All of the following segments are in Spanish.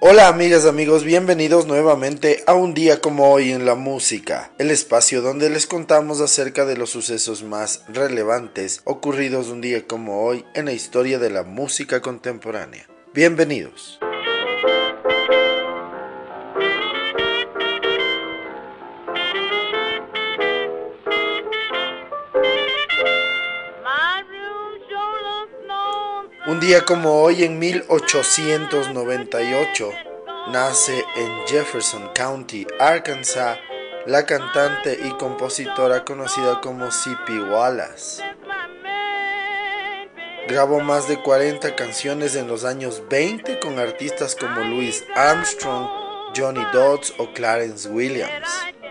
Hola amigas, amigos, bienvenidos nuevamente a un día como hoy en la música, el espacio donde les contamos acerca de los sucesos más relevantes ocurridos un día como hoy en la historia de la música contemporánea. Bienvenidos. Un día como hoy en 1898 nace en Jefferson County, Arkansas, la cantante y compositora conocida como C.P. Wallace. Grabó más de 40 canciones en los años 20 con artistas como Louis Armstrong, Johnny Dodds o Clarence Williams.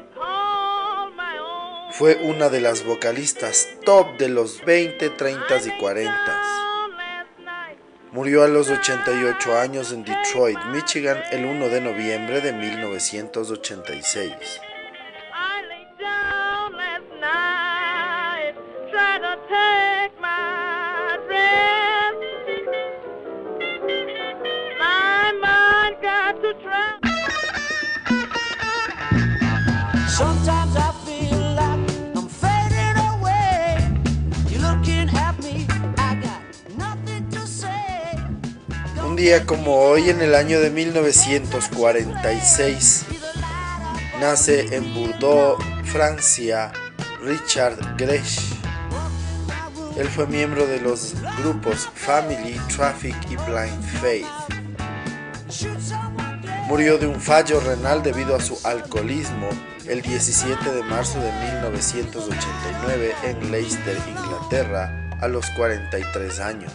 Fue una de las vocalistas top de los 20, 30 y 40. Murió a los 88 años en Detroit, Michigan, el 1 de noviembre de 1986. Un día como hoy en el año de 1946 nace en Bordeaux, Francia, Richard Grech. Él fue miembro de los grupos Family, Traffic y Blind Faith. Murió de un fallo renal debido a su alcoholismo el 17 de marzo de 1989 en Leicester, Inglaterra, a los 43 años.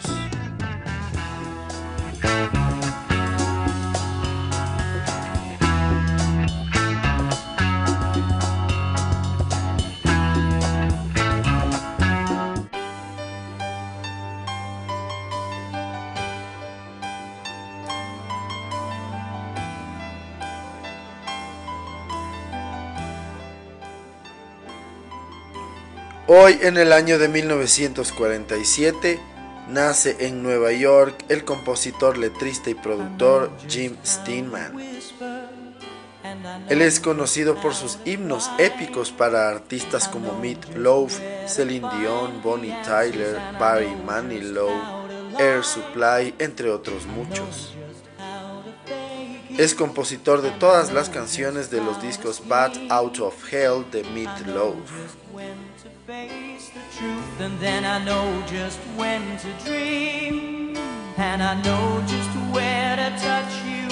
Hoy, en el año de 1947, nace en Nueva York el compositor, letrista y productor Jim Steinman. Él es conocido por sus himnos épicos para artistas como Meat Loaf, Celine Dion, Bonnie Tyler, Barry Manilow, Air Supply, entre otros muchos. Es compositor de todas las canciones de los discos Bat Out of Hell de Meat Loaf. And then I know just when to dream, and I know just where to touch you.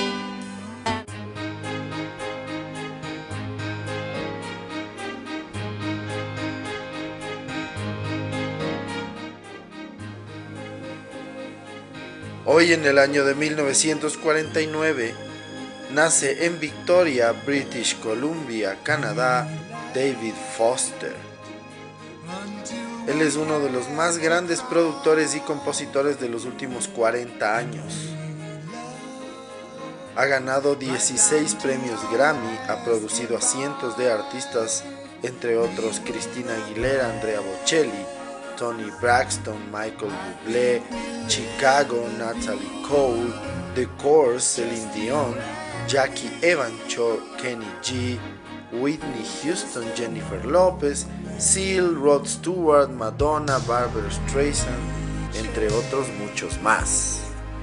Hoy, en el año de 1949, nace en Victoria, British Columbia, Canadá, David Foster. Él es uno de los más grandes productores y compositores de los últimos 40 años. Ha ganado 16 premios Grammy, ha producido a cientos de artistas, entre otros Christina Aguilera, Andrea Bocelli, Toni Braxton, Michael Bublé, Chicago, Natalie Cole, The Course, Celine Dion, Jackie Evancho, Kenny G, Whitney Houston, Jennifer Lopez, Seal, Rod Stewart, Madonna, Barbra Streisand, entre otros muchos más.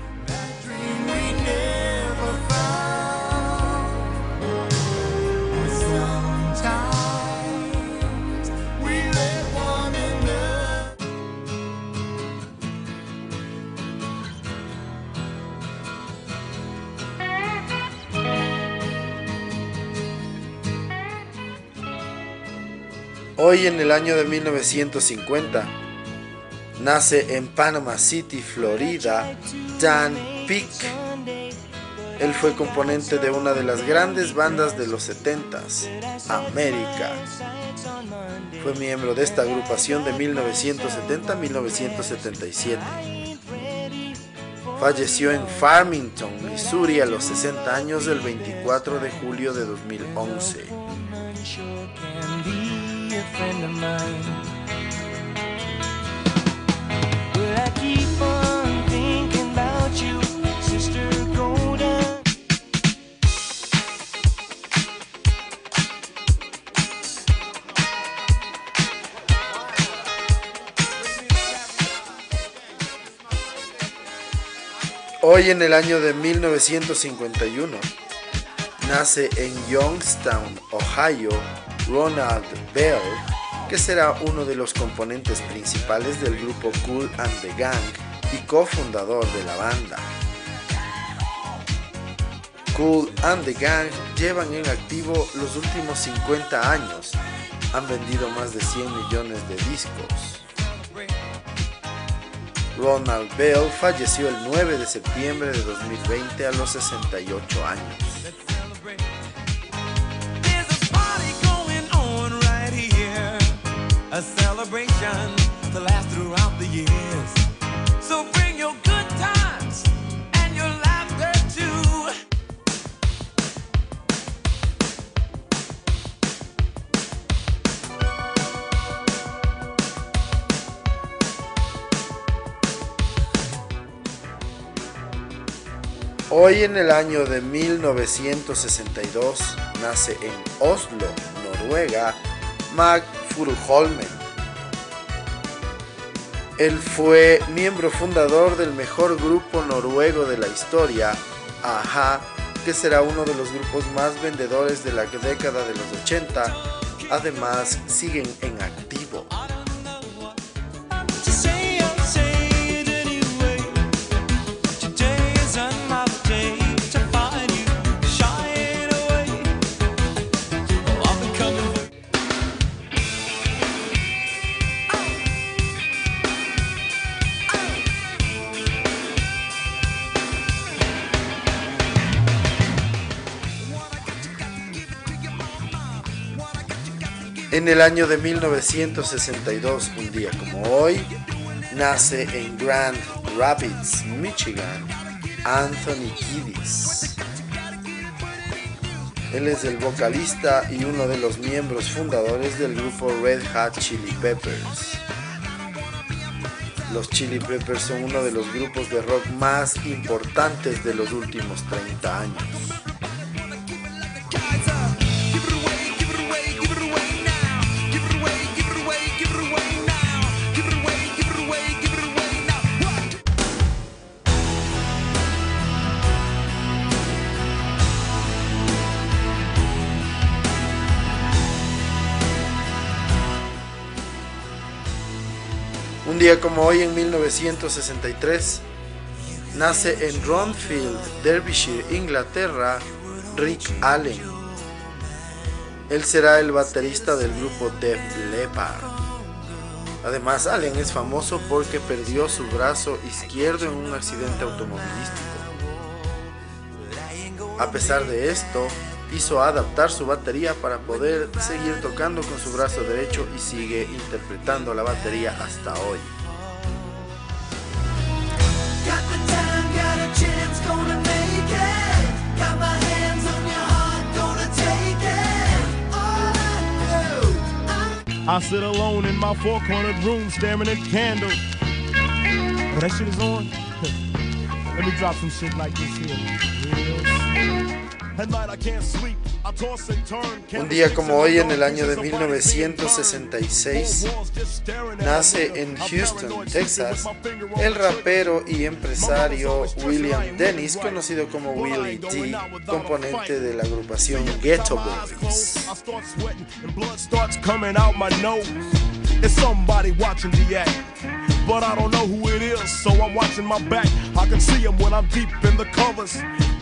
Hoy, en el año de 1950, nace en Panama City, Florida, Dan Peek. Él fue componente de una de las grandes bandas de los 70s, América. Fue miembro de esta agrupación de 1970 a 1977. Falleció en Farmington, Missouri, a los 60 años, el 24 de julio de 2011. Friend of mine, but I keep on thinking about you, sister Golden. Hoy en el año de 1951 nace en Youngstown, Ohio, Ronald Bell, que será uno de los componentes principales del grupo Kool and the Gang y cofundador de la banda. Kool and the Gang llevan en activo los últimos 50 años. Han vendido más de 100 millones de discos. Ronald Bell falleció el 9 de septiembre de 2020 a los 68 años. A celebration to last throughout the years. So bring your good times and your laughter too. Hoy en el año de 1962 nace en Oslo, Noruega, Mac Furuholmen. Él fue miembro fundador del mejor grupo noruego de la historia, a-ha, que será uno de los grupos más vendedores de la década de los 80. Además, siguen en activo. En el año de 1962, un día como hoy, nace en Grand Rapids, Michigan, Anthony Kiedis. Él es el vocalista y uno de los miembros fundadores del grupo Red Hot Chili Peppers. Los Chili Peppers son uno de los grupos de rock más importantes de los últimos 30 años. Un día como hoy en 1963 nace en Ronfield, Derbyshire, Inglaterra, Rick Allen. Él será el baterista del grupo Def Leppard. Además, Allen es famoso porque perdió su brazo izquierdo en un accidente automovilístico. A pesar de esto, hizo adaptar su batería para poder seguir tocando con su brazo derecho y sigue interpretando la batería hasta hoy. I sit alone in my four-cornered room staring at candles. Oh, that shit is on? Let me drop some shit like this here. At night I can't sleep. I toss and turn. Un día como hoy en el año de 1966 nace en Houston, Texas, el rapero y empresario William Dennis, conocido como Willie D, componente de la agrupación Ghetto Boys. It's somebody watching the act, but I don't know who it is, so I'm watching my back. I can see him when I'm deep in the covers.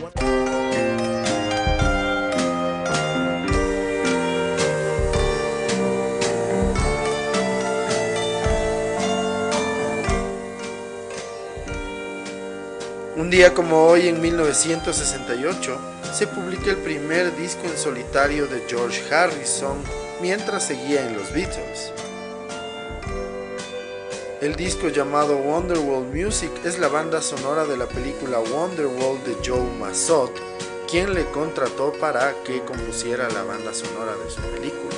Un día como hoy en 1968 se publica el primer disco en solitario de George Harrison mientras seguía en los Beatles. El disco llamado Wonderworld Music es la banda sonora de la película Wonderworld de Joe Mazzott, quien le contrató para que compusiera la banda sonora de su película.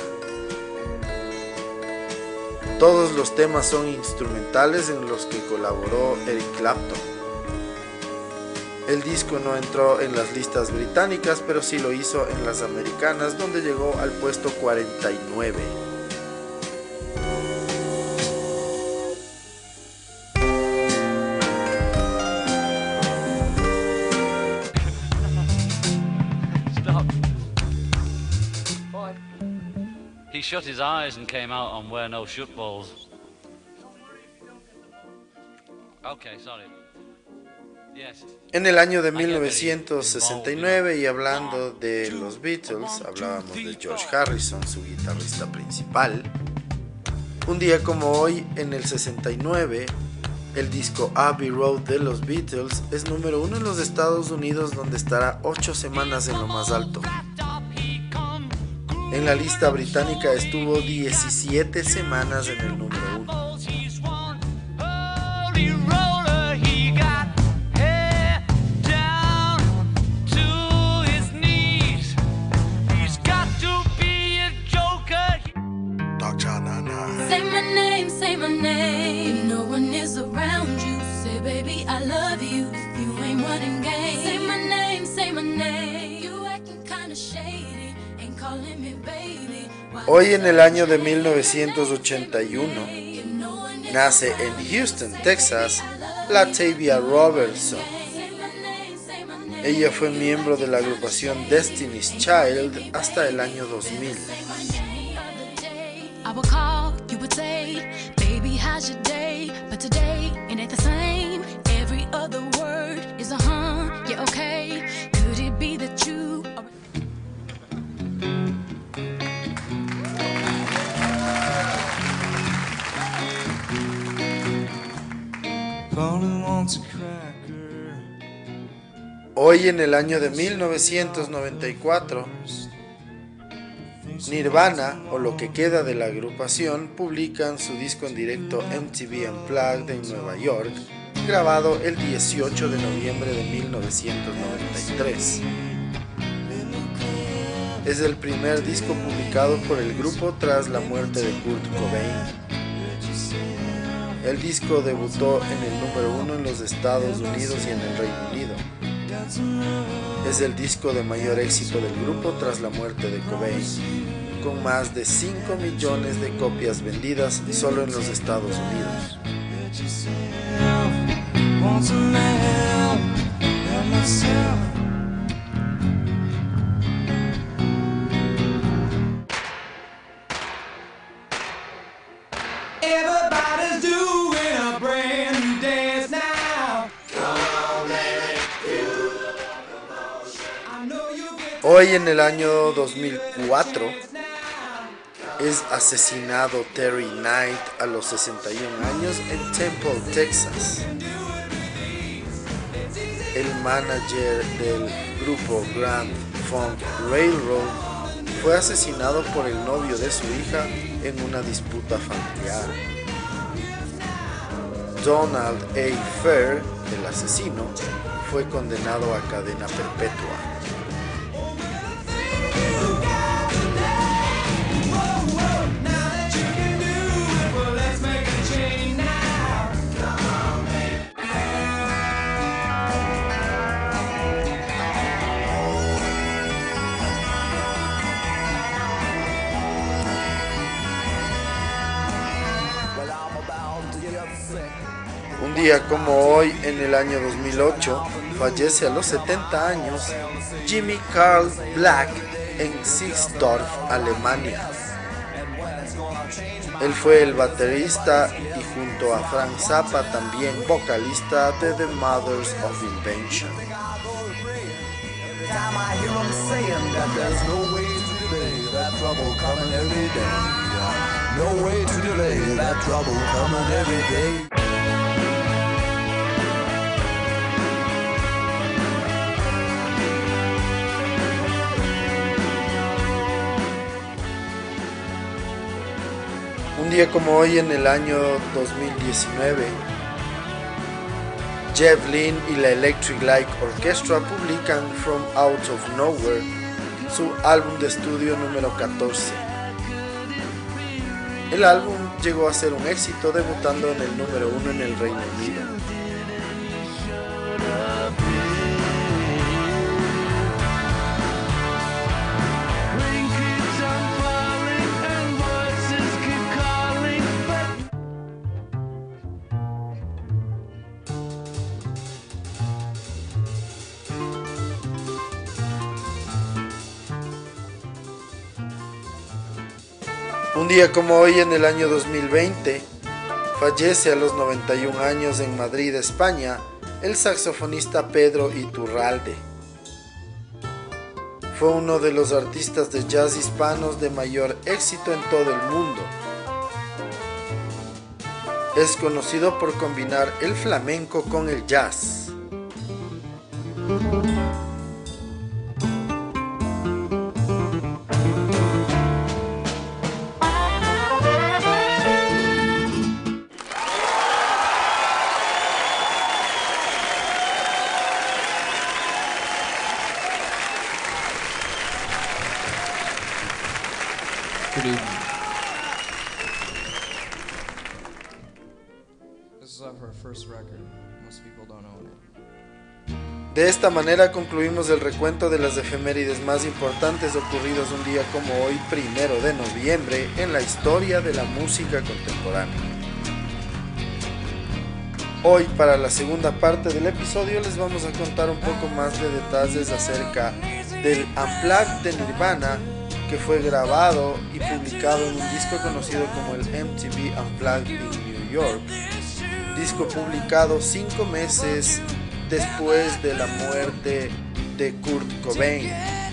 Todos los temas son instrumentales en los que colaboró Eric Clapton. El disco no entró en las listas británicas, pero sí lo hizo en las americanas, donde llegó al puesto 49. He shut his eyes and came out on Wear No Shut Balls. Okay, sorry. Yes. En el año de 1969, y hablando de los Beatles, hablábamos de George Harrison, su guitarrista principal. Un día como hoy, en el 69, el disco Abbey Road de los Beatles es número 1 en los Estados Unidos, donde estará 8 semanas en lo más alto. En la lista británica estuvo 17 semanas en el número 1. Say my name. If no one is around you, say baby I love you. If you ain't running game, say my name, say my name. You acting kinda shady, ain't calling me baby. Hoy en el año de 1981 nace en Houston, Texas, Latavia Robertson. Ella fue miembro de la agrupación Destiny's Child hasta el año 2000. I would call, you would say, baby, how's your day? But today, it ain't the same. Every other word is a yeah, okay. Could it be that you are... Hoy en el año de 1994, Nirvana, o lo que queda de la agrupación, publican su disco en directo MTV Unplugged en Nueva York, grabado el 18 de noviembre de 1993. Es el primer disco publicado por el grupo tras la muerte de Kurt Cobain. El disco debutó en el número 1 en los Estados Unidos y en el Reino Unido. Es el disco de mayor éxito del grupo tras la muerte de Cobain, con más de 5 millones de copias vendidas solo en los Estados Unidos. Everybody's doing a brand new dance now. Hoy en el año 2004 es asesinado Terry Knight a los 61 años en Temple, Texas. El manager del grupo Grand Funk Railroad fue asesinado por el novio de su hija en una disputa familiar. Donald A. Fair, el asesino, fue condenado a cadena perpetua. Un día como hoy, en el año 2008, fallece a los 70 años Jimmy Carl Black en Sixdorf, Alemania. Él fue el baterista y junto a Frank Zappa también vocalista de The Mothers of Invention. Un día como hoy, en el año 2019, Jeff Lynne y la Electric Light Orchestra publican From Out of Nowhere, su álbum de estudio número 14. El álbum llegó a ser un éxito, debutando en el número 1 en el Reino Unido. Un día como hoy, en el año 2020, fallece a los 91 años en Madrid, España, el saxofonista Pedro Iturralde. Fue uno de los artistas de jazz hispanos de mayor éxito en todo el mundo. Es conocido por combinar el flamenco con el jazz. Good evening. This is off our first record. Most people don't own it. De esta manera concluimos el recuento de las efemérides más importantes ocurridas un día como hoy, 1 de noviembre, en la historia de la música contemporánea. Hoy, para la segunda parte del episodio, les vamos a contar un poco más de detalles acerca del Unplugged de Nirvana, que fue grabado y publicado en un disco conocido como el MTV Unplugged in New York, disco publicado 5 meses después de la muerte de Kurt Cobain.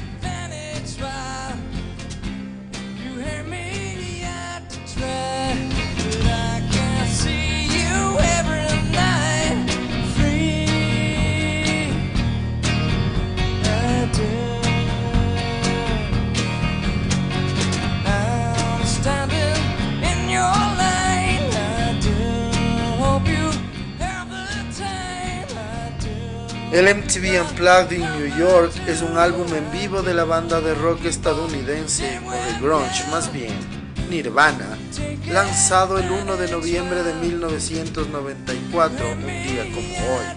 El MTV Unplugged in New York es un álbum en vivo de la banda de rock estadounidense, o de grunge más bien, Nirvana, lanzado el 1 de noviembre de 1994, un día como hoy.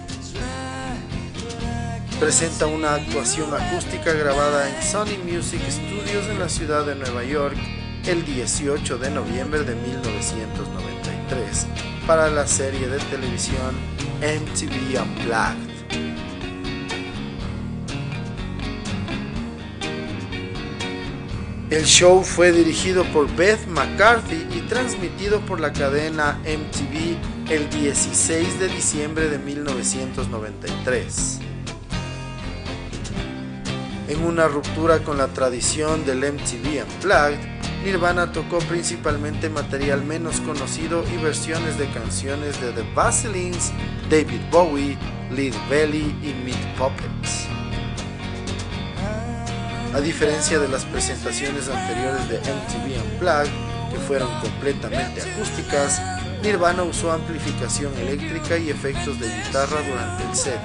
Presenta una actuación acústica grabada en Sony Music Studios en la ciudad de Nueva York el 18 de noviembre de 1993 para la serie de televisión MTV Unplugged. El show fue dirigido por Beth McCarthy y transmitido por la cadena MTV el 16 de diciembre de 1993. En una ruptura con la tradición del MTV Unplugged, Nirvana tocó principalmente material menos conocido y versiones de canciones de The Vaselines, David Bowie, Lead Belly y Meat Puppets. A diferencia de las presentaciones anteriores de MTV Unplugged, que fueron completamente acústicas, Nirvana usó amplificación eléctrica y efectos de guitarra durante el set.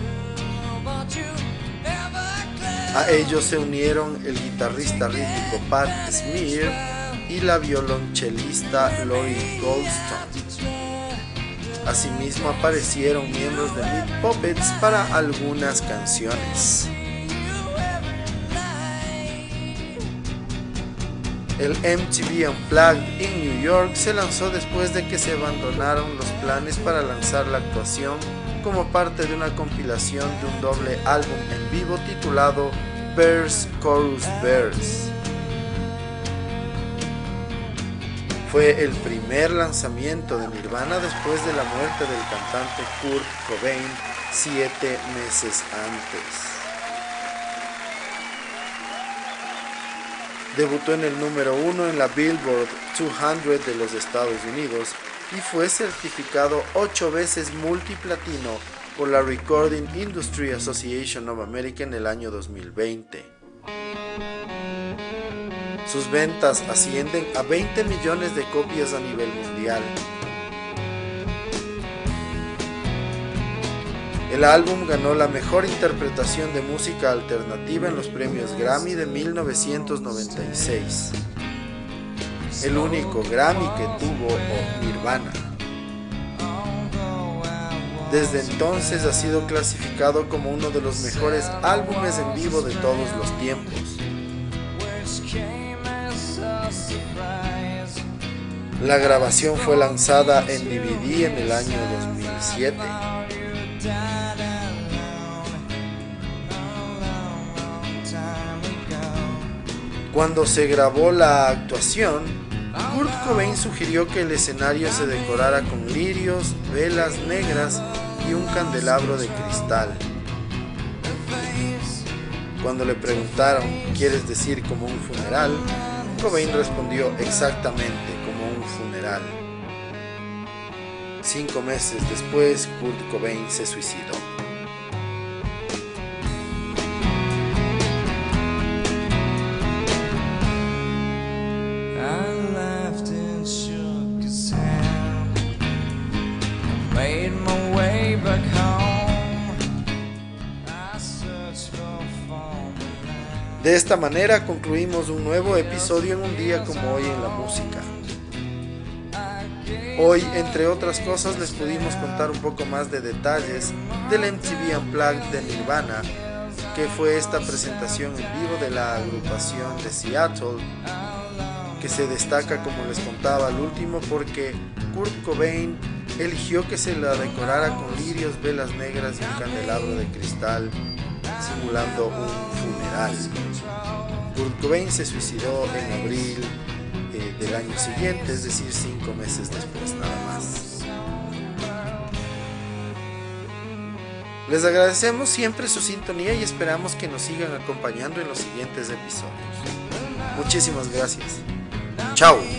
A ellos se unieron el guitarrista rítmico Pat Smear y la violonchelista Lori Goldstone. Asimismo aparecieron miembros de Meat Puppets para algunas canciones. El MTV Unplugged in New York se lanzó después de que se abandonaron los planes para lanzar la actuación como parte de una compilación de un doble álbum en vivo titulado Verse Chorus Verse. Fue el primer lanzamiento de Nirvana después de la muerte del cantante Kurt Cobain 7 meses antes. Debutó en el número 1 en la Billboard 200 de los Estados Unidos y fue certificado 8 veces multiplatino por la Recording Industry Association of America en el año 2020. Sus ventas ascienden a 20 millones de copias a nivel mundial. El álbum ganó la mejor interpretación de música alternativa en los premios Grammy de 1996. El único Grammy que tuvo Nirvana. Desde entonces ha sido clasificado como uno de los mejores álbumes en vivo de todos los tiempos. La grabación fue lanzada en DVD en el año 2007. Cuando se grabó la actuación, Kurt Cobain sugirió que el escenario se decorara con lirios, velas negras y un candelabro de cristal. Cuando le preguntaron, ¿quieres decir como un funeral?, Cobain respondió, exactamente como un funeral. 5 meses después, Kurt Cobain se suicidó. De esta manera concluimos un nuevo episodio en un día como hoy en la música. Hoy, entre otras cosas, les pudimos contar un poco más de detalles del MTV Unplugged de Nirvana, que fue esta presentación en vivo de la agrupación de Seattle, que se destaca, como les contaba al último, porque Kurt Cobain eligió que se la decorara con lirios, velas negras y un candelabro de cristal, simulando un funeral. Kurt Cobain se suicidó en abril del año siguiente, es decir, 5 meses después, nada más. Les agradecemos siempre su sintonía y esperamos que nos sigan acompañando en los siguientes episodios. Muchísimas gracias. Chao.